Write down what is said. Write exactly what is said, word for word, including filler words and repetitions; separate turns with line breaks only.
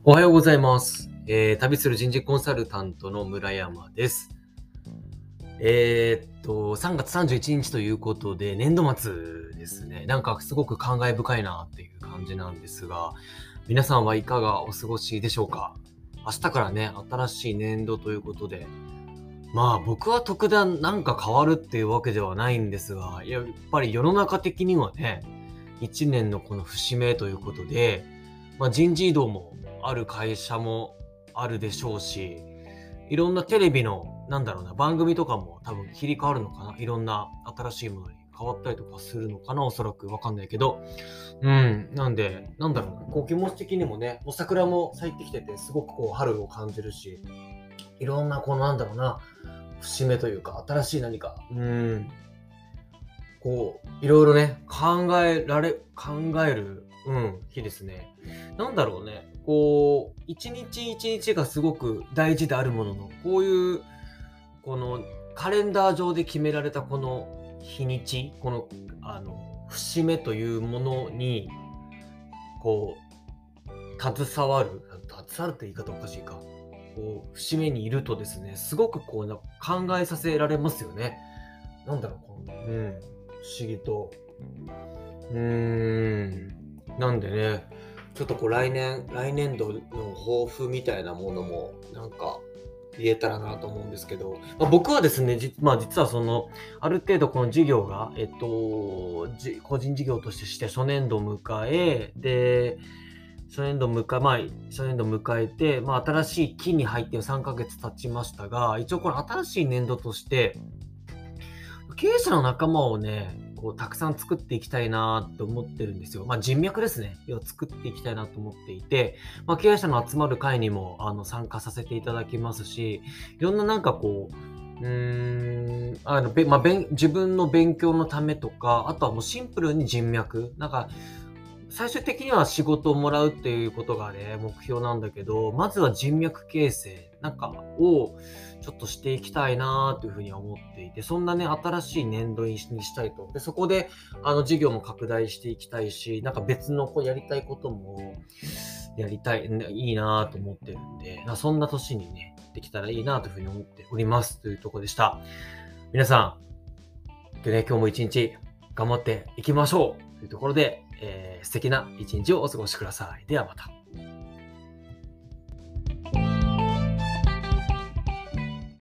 おはようございます。えー、旅する人事コンサルタントの村山です。えーっと、さんがつさんじゅういちにちということで、年度末ですね。なんかすごく感慨深いなっていう感じなんですが、皆さんはいかがお過ごしでしょうか？明日からね、新しい年度ということで、まあ僕は特段なんか変わるっていうわけではないんですが、やっぱり世の中的にはね、いちねんのこの節目ということで、まあ、人事異動もある会社もあるでしょうし、いろんなテレビの、なんだろうな、番組とかも多分切り替わるのかな。いろんな新しいものに変わったりとかするのかな、おそらくわかんないけど。うん、なんで、なんだろうな、こう気持ち的にもね、もう桜も咲いてきてて、すごくこう春を感じるし、いろんなこのなんだろうな、節目というか、新しい何か、うん、こう、いろいろね、考えられ、考える、うん、日ですね。なんだろうね、こう、一日一日がすごく大事であるものの、こういう、このカレンダー上で決められたこの日にち、この、あの、節目というものに、こう、携わる、携わるって言い方おかしいか。こう、節目にいるとですね、すごくこう、な考えさせられますよね。なんだろう、この、うん、不思議と。うーん。なんでね、ちょっとこう来年、来年度の抱負みたいなものもなんか言えたらなと思うんですけど、まあ、僕はですね、じまあ実はその、ある程度この事業が、えっと、じ個人事業としてして初年度を迎え、で、初年度迎え、まあ、初年度迎えて、まあ新しい期に入ってさんかげつ経ちましたが、一応この新しい年度として、経営者の仲間をね、こうたくさん作っていきたいなって思ってるんですよ。まあ人脈ですね。要は作っていきたいなと思っていて、まあ経営者の集まる会にもあの参加させていただきますし、いろんななんかこう、うーん、あの、べまあ、べん自分の勉強のためとか、あとはもうシンプルに人脈。なんか、最終的には仕事をもらうっていうことがね、目標なんだけど、まずは人脈形成なんかをちょっとしていきたいなというふうに思っていて、そんなね、新しい年度にしたいと。で、そこで、あの、事業も拡大していきたいし、なんか別のこうやりたいこともやりたい、ねいいなと思ってるんで、なそんな年にね、できたらいいなというふうに思っておりますというところでした。皆さん、でね、今日も一日頑張っていきましょうというところで、えー素敵な一日をお過ごしください。ではまた。